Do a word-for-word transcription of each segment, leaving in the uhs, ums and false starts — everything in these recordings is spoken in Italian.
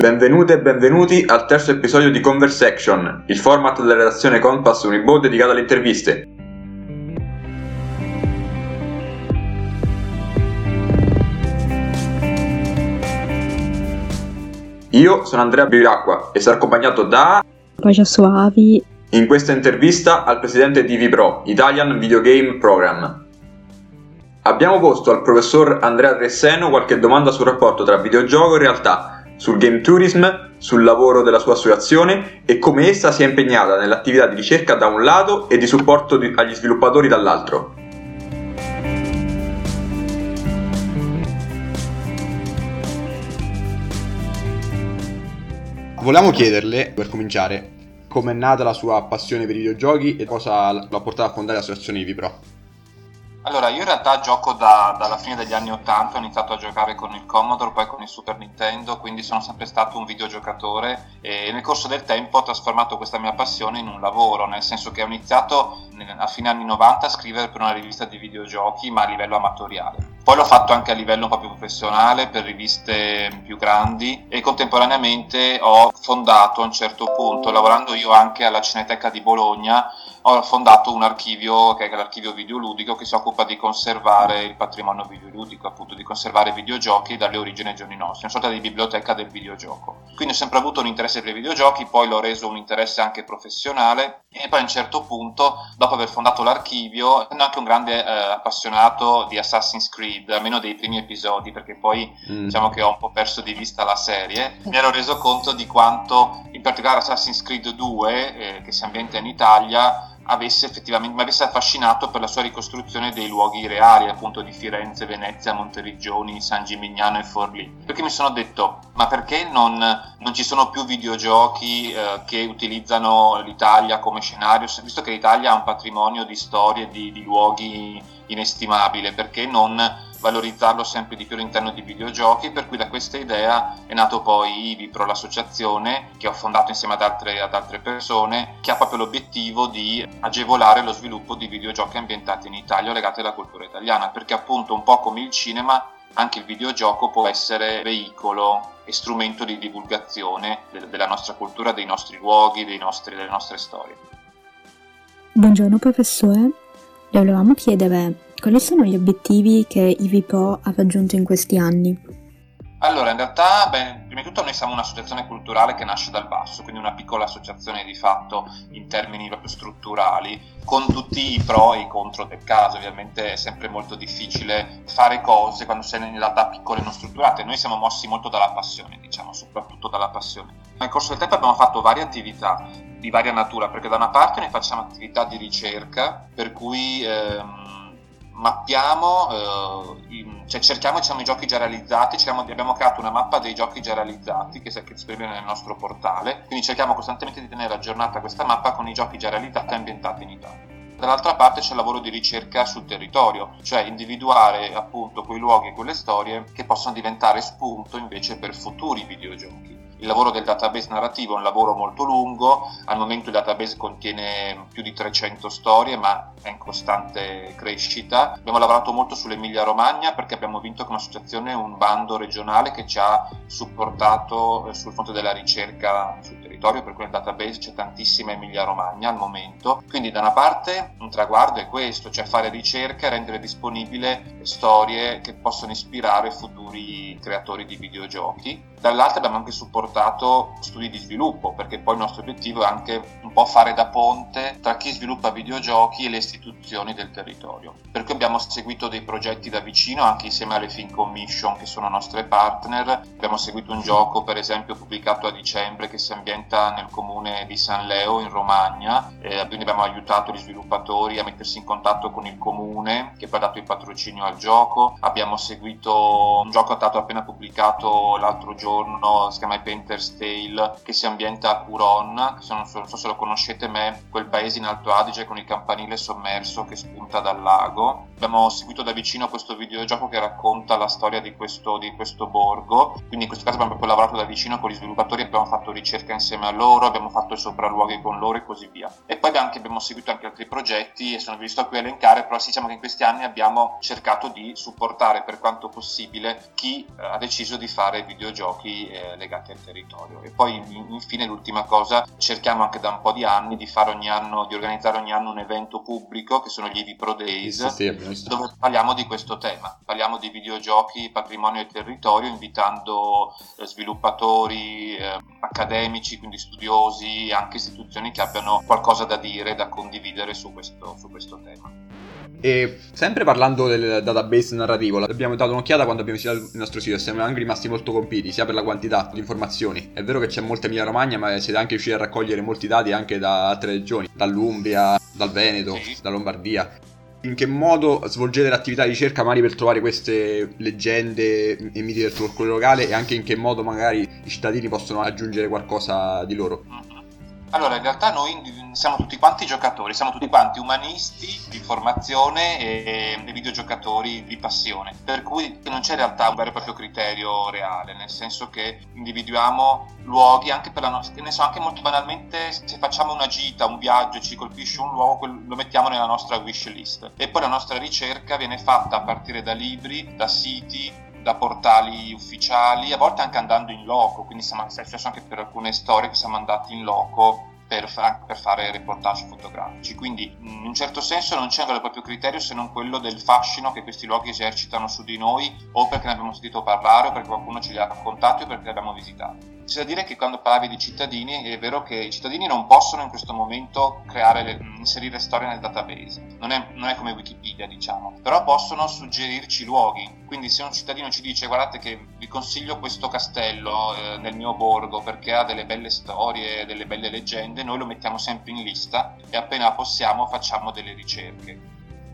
Benvenute e benvenuti al terzo episodio di Conversaction, il format della redazione Compass Unibo dedicato alle interviste. Io sono Andrea Biracqua e sarò accompagnato da Pacia Soavi in questa intervista al presidente di Vipro, Italian Video Game Program. Abbiamo posto al professor Andrea Tresseno qualche domanda sul rapporto tra videogioco e realtà, sul game tourism, sul lavoro della sua associazione e come essa sia impegnata nell'attività di ricerca da un lato e di supporto di, agli sviluppatori dall'altro. Volevamo chiederle, per cominciare, come è nata la sua passione per i videogiochi e cosa l'ha portato a fondare l'associazione di Vipro. Allora, io in realtà gioco da, dalla fine degli anni ottanta, ho iniziato a giocare con il Commodore, poi con il Super Nintendo, quindi sono sempre stato un videogiocatore e nel corso del tempo ho trasformato questa mia passione in un lavoro, nel senso che ho iniziato a fine anni novanta a scrivere per una rivista di videogiochi, ma a livello amatoriale. Poi l'ho fatto anche a livello un po' più professionale per riviste più grandi e contemporaneamente ho fondato a un certo punto, lavorando io anche alla Cineteca di Bologna, ho fondato un archivio che è l'archivio videoludico che si occupa di conservare il patrimonio videoludico, appunto di conservare videogiochi dalle origini ai giorni nostri, una sorta di biblioteca del videogioco. Quindi ho sempre avuto un interesse per i videogiochi, poi l'ho reso un interesse anche professionale e poi a un certo punto, dopo aver fondato l'archivio, sono anche un grande eh, appassionato di Assassin's Creed, almeno dei primi episodi, perché poi mm. diciamo che ho un po' perso di vista la serie. Mi ero reso conto di quanto, in particolare Assassin's Creed due, eh, che si ambienta in Italia, avesse effettivamente mi avesse affascinato per la sua ricostruzione dei luoghi reali, appunto di Firenze, Venezia, Monteriggioni, San Gimignano e Forlì. Perché mi sono detto, ma perché non, non ci sono più videogiochi eh, che utilizzano l'Italia come scenario, visto che l'Italia ha un patrimonio di storie, di, di luoghi inestimabile, perché non valorizzarlo sempre di più all'interno di videogiochi? Per cui da questa idea è nato poi Vipro, l'associazione che ho fondato insieme ad altre, ad altre persone, che ha proprio l'obiettivo di agevolare lo sviluppo di videogiochi ambientati in Italia legati alla cultura italiana, perché appunto un po' come il cinema anche il videogioco può essere veicolo e strumento di divulgazione de- della nostra cultura, dei nostri luoghi, dei nostri, delle nostre storie. Buongiorno professore, le volevamo chiedere quali sono gli obiettivi che i Vipro ha raggiunto in questi anni? Allora, in realtà, beh, prima di tutto noi siamo un'associazione culturale che nasce dal basso, quindi una piccola associazione di fatto in termini proprio strutturali, con tutti i pro e i contro del caso. Ovviamente è sempre molto difficile fare cose quando sei in realtà piccole e non strutturate. Noi siamo mossi molto dalla passione, diciamo, soprattutto dalla passione. Nel corso del tempo abbiamo fatto varie attività di varia natura, perché da una parte noi facciamo attività di ricerca, per cui ehm, mappiamo, eh, in, cioè cerchiamo diciamo, i giochi già realizzati, cerchiamo, abbiamo creato una mappa dei giochi già realizzati che è disponibile nel nostro portale, quindi cerchiamo costantemente di tenere aggiornata questa mappa con i giochi già realizzati e ambientati in Italia. Dall'altra parte c'è il lavoro di ricerca sul territorio, cioè individuare appunto quei luoghi e quelle storie che possono diventare spunto invece per futuri videogiochi. Il lavoro del database narrativo è un lavoro molto lungo, al momento il database contiene più di trecento storie ma è in costante crescita. Abbiamo lavorato molto sull'Emilia Romagna perché abbiamo vinto come associazione un bando regionale che ci ha supportato sul fronte della ricerca sul territorio, per cui nel database c'è tantissima Emilia Romagna al momento. Quindi da una parte un traguardo è questo, cioè fare ricerca e rendere disponibile storie che possono ispirare futuri creatori di videogiochi. Dall'altra abbiamo anche supportato studi di sviluppo, perché poi il nostro obiettivo è anche un po' fare da ponte tra chi sviluppa videogiochi e le istituzioni del territorio. Per cui abbiamo seguito dei progetti da vicino, anche insieme alle Film Commission, che sono nostre partner. Abbiamo seguito un gioco, per esempio, pubblicato a dicembre, che si ambienta nel comune di San Leo, in Romagna. Eh, quindi abbiamo aiutato gli sviluppatori a mettersi in contatto con il comune, che poi ha dato il patrocinio al gioco. Abbiamo seguito un gioco stato appena pubblicato l'altro giorno, si chiama Painter's Tale, che si ambienta a Curon, che sono, non so se lo conoscete, ma è quel paese in Alto Adige con il campanile sommerso che spunta dal lago. Abbiamo seguito da vicino questo videogioco che racconta la storia di questo, di questo borgo, quindi in questo caso abbiamo proprio lavorato da vicino con gli sviluppatori, abbiamo fatto ricerca insieme insieme a loro, abbiamo fatto i sopralluoghi con loro e così via. E poi anche, abbiamo seguito anche altri progetti e sono vi sto qui a elencare, però diciamo che in questi anni abbiamo cercato di supportare per quanto possibile chi eh, ha deciso di fare videogiochi eh, legati al territorio. E poi infine l'ultima cosa, cerchiamo anche da un po' di anni di fare ogni anno, di organizzare ogni anno un evento pubblico che sono gli E V I Pro Days, sì, sì, dove parliamo di questo tema, parliamo di videogiochi, patrimonio e territorio, invitando eh, sviluppatori, eh, accademici, quindi studiosi, anche istituzioni che abbiano qualcosa da dire, da condividere su questo, su questo tema. E sempre parlando del database narrativo, abbiamo dato un'occhiata quando abbiamo visitato il nostro sito e siamo anche rimasti molto colpiti, sia per la quantità di informazioni. È vero che c'è molta Emilia Romagna, ma siete anche riusciti a raccogliere molti dati anche da altre regioni, dall'Umbria, dal Veneto, sì, da Lombardia. In che modo svolgete l'attività di ricerca magari per trovare queste leggende e miti del folklore locale, e anche in che modo magari i cittadini possono aggiungere qualcosa di loro? Allora, in realtà noi siamo tutti quanti giocatori, siamo tutti quanti umanisti di formazione e, e videogiocatori di passione, per cui non c'è in realtà un vero e proprio criterio reale, nel senso che individuiamo luoghi anche per la nostra, ne so, anche molto banalmente, se facciamo una gita, un viaggio e ci colpisce un luogo, lo mettiamo nella nostra wish list, e poi la nostra ricerca viene fatta a partire da libri, da siti, da portali ufficiali, a volte anche andando in loco, quindi siamo, è successo anche per alcune storie che siamo andati in loco per, fa- per fare reportage fotografici, quindi in un certo senso non c'è un vero e proprio criterio se non quello del fascino che questi luoghi esercitano su di noi, o perché ne abbiamo sentito parlare, o perché qualcuno ce li ha raccontati, o perché li abbiamo visitati. C'è da dire che quando parlavi di cittadini, è vero che i cittadini non possono in questo momento creare le, inserire storie nel database, non è, non è come Wikipedia, diciamo, però possono suggerirci luoghi. Quindi se un cittadino ci dice guardate che vi consiglio questo castello eh, nel mio borgo perché ha delle belle storie, delle belle leggende, noi lo mettiamo sempre in lista e appena possiamo facciamo delle ricerche.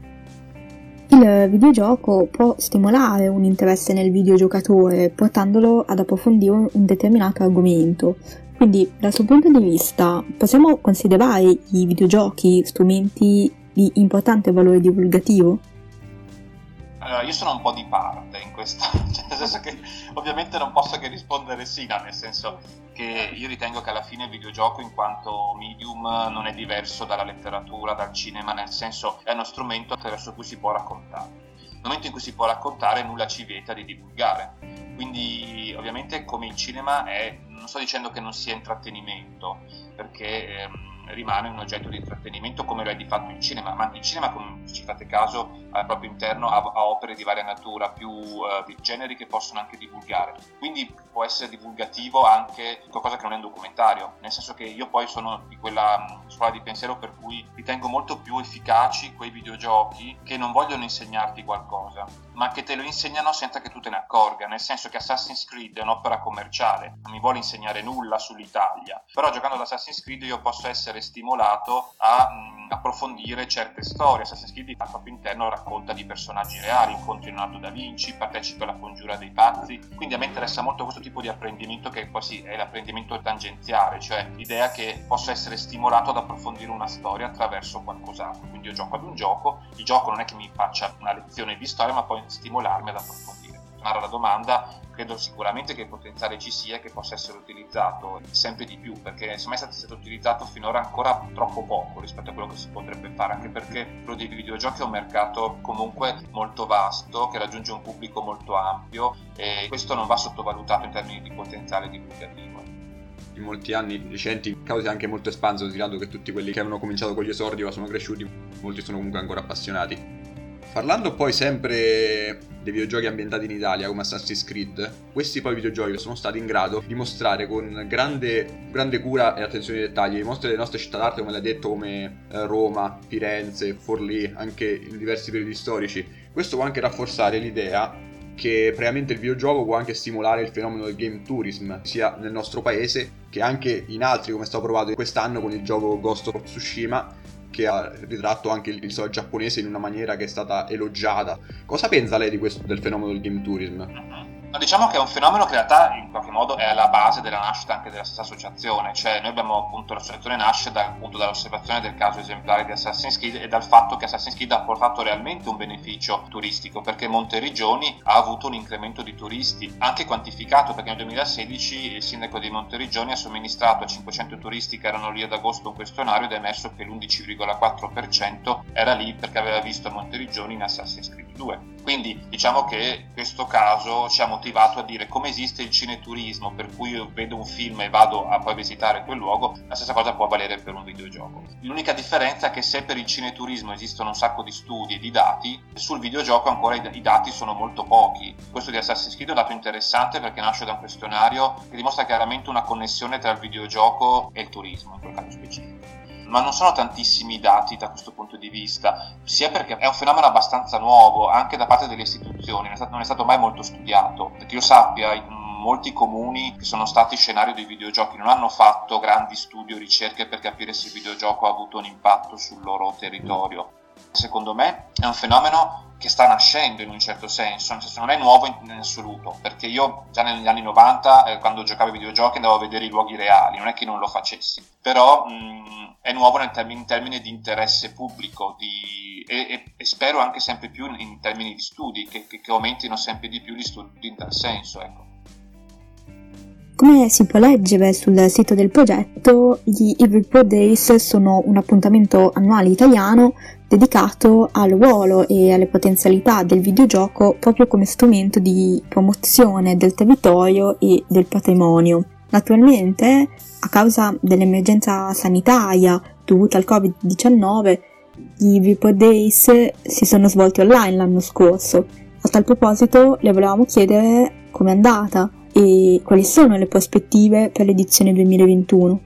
Il videogioco può stimolare un interesse nel videogiocatore portandolo ad approfondire un determinato argomento. Quindi, dal suo punto di vista, possiamo considerare i videogiochi strumenti di importante valore divulgativo? Allora, io sono un po' di parte in questo, cioè, nel senso che ovviamente non posso che rispondere sì, no, nel senso che io ritengo che alla fine il videogioco in quanto medium non è diverso dalla letteratura, dal cinema, nel senso è uno strumento attraverso cui si può raccontare. Nel momento in cui si può raccontare nulla ci vieta di divulgare, quindi ovviamente come il cinema è, non sto dicendo che non sia intrattenimento, perché ehm, rimane un oggetto di intrattenimento come lo è di fatto il cinema, ma il cinema, come ci fate caso, al proprio interno ha, ha opere di varia natura, più uh, di generi che possono anche divulgare, quindi può essere divulgativo anche qualcosa che non è un documentario, nel senso che io poi sono di quella um, scuola di pensiero per cui ritengo molto più efficaci quei videogiochi che non vogliono insegnarti qualcosa, ma che te lo insegnano senza che tu te ne accorga, nel senso che Assassin's Creed è un'opera commerciale, non mi vuole insegnare nulla sull'Italia, però giocando ad Assassin's Creed io posso essere stimolato a mh, approfondire certe storie. Assassin's Creed al proprio interno racconta di personaggi reali, incontri Leonardo da Vinci, partecipa alla congiura dei pazzi, quindi a me interessa molto questo tipo di apprendimento che poi sì, è l'apprendimento tangenziale, cioè l'idea che posso essere stimolato ad approfondire una storia attraverso qualcos'altro, quindi io gioco ad un gioco, il gioco non è che mi faccia una lezione di storia ma poi stimolarmi ad approfondire. Tornare alla domanda, credo sicuramente che il potenziale ci sia e che possa essere utilizzato sempre di più, perché secondo me è stato utilizzato finora ancora troppo poco rispetto a quello che si potrebbe fare, anche perché quello dei videogiochi è un mercato comunque molto vasto, che raggiunge un pubblico molto ampio e questo non va sottovalutato in termini di potenziale divulgativo. In molti anni recenti il caos è anche molto espanso, considerando che tutti quelli che avevano cominciato con gli esordi ma sono cresciuti, molti sono comunque ancora appassionati. Parlando poi sempre dei videogiochi ambientati in Italia come Assassin's Creed, questi poi videogiochi sono stati in grado di mostrare con grande, grande cura e attenzione ai dettagli le mostre delle nostre città d'arte, come l'hai detto, come eh, Roma, Firenze, Forlì, anche in diversi periodi storici. Questo può anche rafforzare l'idea che previamente il videogioco può anche stimolare il fenomeno del game tourism, sia nel nostro paese che anche in altri, come è stato provato quest'anno con il gioco Ghost of Tsushima, che ha ritratto anche il sole giapponese in una maniera che è stata elogiata. Cosa pensa lei di questo, del fenomeno del game tourism? Ma diciamo che è un fenomeno che in realtà in qualche modo è alla base della nascita anche della stessa associazione, cioè noi abbiamo appunto l'associazione nasce da, appunto dall'osservazione del caso esemplare di Assassin's Creed e dal fatto che Assassin's Creed ha portato realmente un beneficio turistico, perché Monteriggioni ha avuto un incremento di turisti anche quantificato, perché nel duemilasedici il sindaco di Monteriggioni ha somministrato a cinquecento turisti che erano lì ad agosto un questionario ed è emerso che l'undici virgola quattro per cento era lì perché aveva visto Monteriggioni in Assassin's Creed due. Quindi diciamo che questo caso ci ha motivato a dire come esiste il cineturismo, per cui io vedo un film e vado a poi visitare quel luogo, la stessa cosa può valere per un videogioco. L'unica differenza è che se per il cineturismo esistono un sacco di studi e di dati, sul videogioco ancora i, i dati sono molto pochi. Questo di Assassin's Creed è un dato interessante perché nasce da un questionario che dimostra chiaramente una connessione tra il videogioco e il turismo, in quel caso specifico. Ma non sono tantissimi dati da questo punto di vista, sia perché è un fenomeno abbastanza nuovo anche da parte delle istituzioni, non è stato, non è stato mai molto studiato, perché io sappia molti comuni che sono stati scenario dei videogiochi non hanno fatto grandi studi o ricerche per capire se il videogioco ha avuto un impatto sul loro territorio. Secondo me è un fenomeno che sta nascendo in un certo senso, nel senso non è nuovo in, in assoluto, perché io già negli anni novanta, eh, quando giocavo ai videogiochi, andavo a vedere i luoghi reali, non è che non lo facessi, però mh, è nuovo nel termine, in termini di interesse pubblico di, e, e, e spero anche sempre più in, in termini di studi, che, che, che aumentino sempre di più gli studi in tal senso, ecco. Come si può leggere sul sito del progetto, gli Evil Pro Days sono un appuntamento annuale italiano dedicato al ruolo e alle potenzialità del videogioco proprio come strumento di promozione del territorio e del patrimonio. Naturalmente, a causa dell'emergenza sanitaria dovuta al covid diciannove, gli Evil Pro Days si sono svolti online l'anno scorso. A tal proposito, le volevamo chiedere com'è andata e quali sono le prospettive per l'edizione duemilaventuno.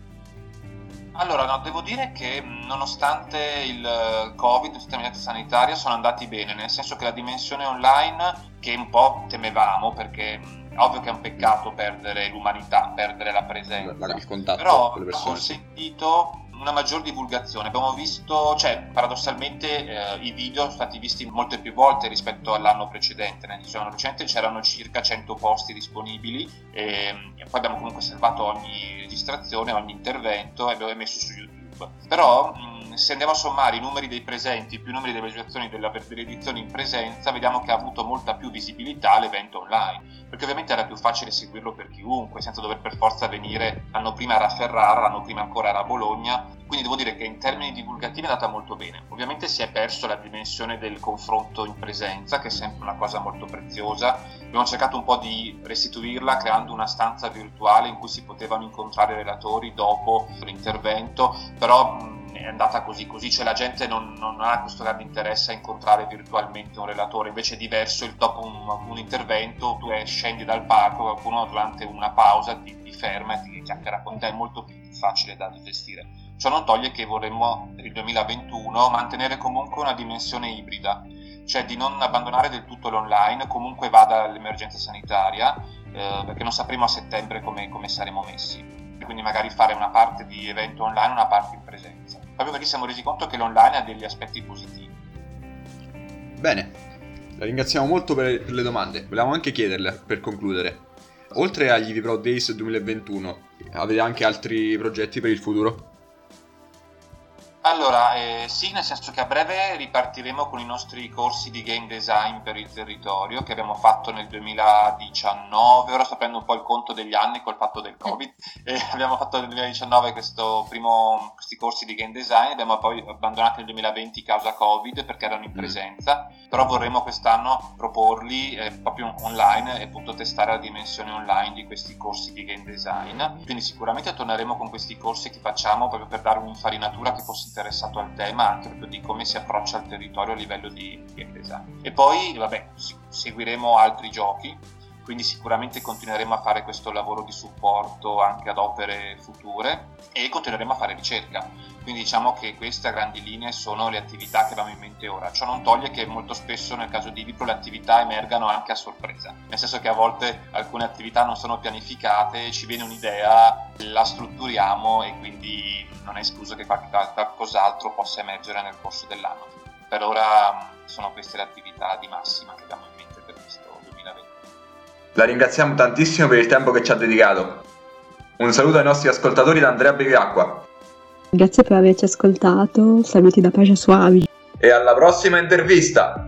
Allora, no, devo dire che nonostante il Covid, tutta l'emergenza sanitaria, sono andati bene, nel senso che la dimensione online, che un po' temevamo, perché ovvio che è un peccato perdere l'umanità, perdere la presenza, il contatto però con le ha persone. consentito una maggior divulgazione. Abbiamo visto, cioè paradossalmente eh, i video sono stati visti molte più volte rispetto all'anno precedente. Nell'anno precedente c'erano circa cento posti disponibili e, e poi abbiamo comunque salvato ogni registrazione, ogni intervento e abbiamo messo su YouTube. Però mh, se andiamo a sommare i numeri dei presenti più i numeri delle registrazioni della, delle edizioni in presenza, vediamo che ha avuto molta più visibilità l'evento online, perché ovviamente era più facile seguirlo per chiunque senza dover per forza venire. L'anno prima era a Ferrara, l'anno prima ancora era a Bologna, quindi devo dire che in termini divulgativi è andata molto bene. Ovviamente si è perso la dimensione del confronto in presenza, che è sempre una cosa molto preziosa. Abbiamo cercato un po' di restituirla creando una stanza virtuale in cui si potevano incontrare i relatori dopo l'intervento, però mh, è andata così così, cioè la gente non, non ha questo grande interesse a incontrare virtualmente un relatore, invece è diverso il, dopo un, un intervento tu scendi dal palco, qualcuno durante una pausa ti, ti ferma e ti chiacchiera con te, è molto più facile da gestire. Ciò non toglie che vorremmo per il duemilaventuno mantenere comunque una dimensione ibrida, cioè di non abbandonare del tutto l'online, comunque vada l'emergenza sanitaria, eh, perché non sapremo a settembre come, come saremo messi, quindi magari fare una parte di evento online e una parte in presenza, proprio perché siamo resi conto che l'online ha degli aspetti positivi. Bene, la ringraziamo molto per, per le domande. Volevamo anche chiederle, per concludere, oltre agli Evil Pro Days duemilaventuno, avete anche altri progetti per il futuro? Allora, eh, sì, nel senso che a breve ripartiremo con i nostri corsi di game design per il territorio che abbiamo fatto nel duemiladiciannove, ora sto prendendo un po' il conto degli anni col fatto del Covid, e abbiamo fatto nel duemiladiciannove questo primo, questi corsi di game design, abbiamo poi abbandonato nel duemilaventi causa Covid perché erano in presenza, però vorremmo quest'anno proporli eh, proprio online e appunto testare la dimensione online di questi corsi di game design, quindi sicuramente torneremo con questi corsi che facciamo proprio per dare un'infarinatura che fosse interessato al tema, anche proprio di come si approccia al territorio a livello di game design. E poi vabbè, seguiremo altri giochi, quindi sicuramente continueremo a fare questo lavoro di supporto anche ad opere future e continueremo a fare ricerca, quindi diciamo che queste a grandi linee sono le attività che abbiamo in mente ora. Ciò non toglie che molto spesso nel caso di Vipro le attività emergano anche a sorpresa, nel senso che a volte alcune attività non sono pianificate, ci viene un'idea, la strutturiamo e quindi non è escluso che qualche, qualcos'altro possa emergere nel corso dell'anno. Per ora sono queste le attività di massima che abbiamo in mente per questo duemilaventi. La ringraziamo tantissimo per il tempo che ci ha dedicato. Un saluto ai nostri ascoltatori da Andrea Beviacqua. Grazie per averci ascoltato, saluti da Pagia Suavi. E alla prossima intervista!